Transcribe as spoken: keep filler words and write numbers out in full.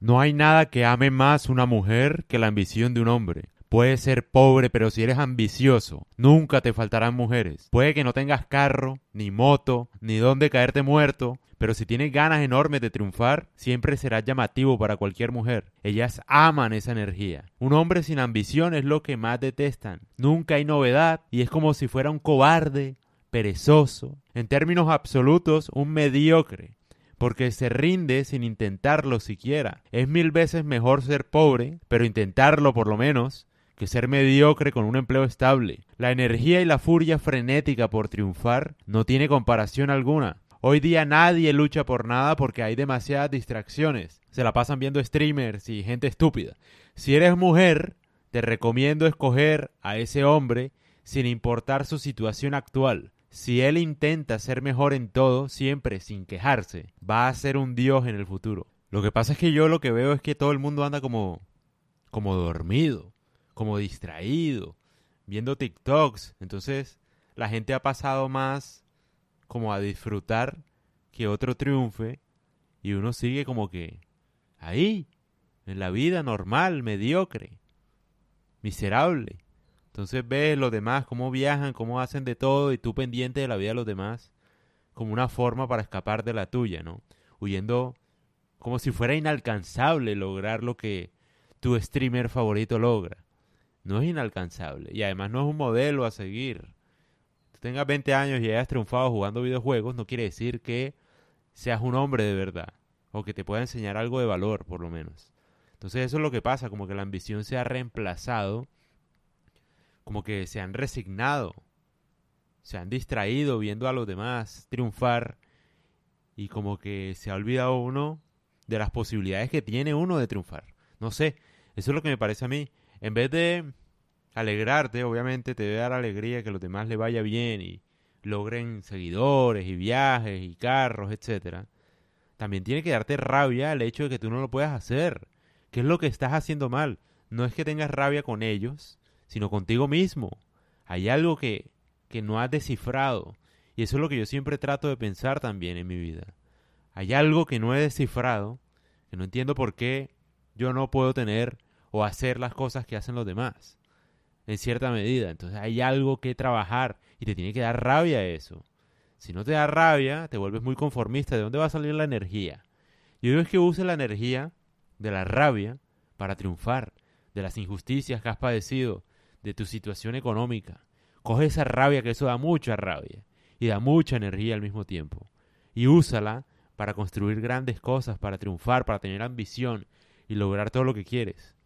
No hay nada que ame más una mujer que la ambición de un hombre. Puedes ser pobre, pero si eres ambicioso, nunca te faltarán mujeres. Puede que no tengas carro, ni moto, ni dónde caerte muerto, pero si tienes ganas enormes de triunfar, siempre serás llamativo para cualquier mujer. Ellas aman esa energía. Un hombre sin ambición es lo que más detestan. Nunca hay novedad y es como si fuera un cobarde, perezoso. En términos absolutos, un mediocre. Porque se rinde sin intentarlo siquiera. Es mil veces mejor ser pobre, pero intentarlo por lo menos, que ser mediocre con un empleo estable. La energía y la furia frenética por triunfar no tiene comparación alguna. Hoy día nadie lucha por nada porque hay demasiadas distracciones. Se la pasan viendo streamers y gente estúpida. Si eres mujer, te recomiendo escoger a ese hombre sin importar su situación actual. Si él intenta ser mejor en todo, siempre sin quejarse, va a ser un dios en el futuro. Lo que pasa es que yo lo que veo es que todo el mundo anda como, como dormido, como distraído, viendo TikToks. Entonces la gente ha pasado más como a disfrutar que otro triunfe y uno sigue como que ahí, en la vida normal, mediocre, miserable. Entonces ves los demás cómo viajan, cómo hacen de todo y tú pendiente de la vida de los demás como una forma para escapar de la tuya, ¿no? Huyendo como si fuera inalcanzable lograr lo que tu streamer favorito logra. No es inalcanzable y además no es un modelo a seguir. Tú tengas veinte años y hayas triunfado jugando videojuegos no quiere decir que seas un hombre de verdad o que te pueda enseñar algo de valor por lo menos. Entonces eso es lo que pasa, como que la ambición se ha reemplazado, como que se han resignado, se han distraído viendo a los demás triunfar y como que se ha olvidado uno de las posibilidades que tiene uno de triunfar. No sé, eso es lo que me parece a mí. En vez de alegrarte, obviamente te debe dar alegría que a los demás les vaya bien y logren seguidores y viajes y carros, etcétera. También tiene que darte rabia el hecho de que tú no lo puedas hacer. ¿Qué es lo que estás haciendo mal? No es que tengas rabia con ellos, sino contigo mismo. Hay algo que, que no has descifrado. Y eso es lo que yo siempre trato de pensar también en mi vida. Hay algo que no he descifrado, que no entiendo por qué yo no puedo tener o hacer las cosas que hacen los demás. En cierta medida. Entonces hay algo que trabajar y te tiene que dar rabia eso. Si no te da rabia, te vuelves muy conformista. ¿De dónde va a salir la energía? Yo digo es que uses la energía de la rabia para triunfar, de las injusticias que has padecido, de tu situación económica. Coge esa rabia, que eso da mucha rabia y da mucha energía al mismo tiempo. Y úsala para construir grandes cosas, para triunfar, para tener ambición y lograr todo lo que quieres.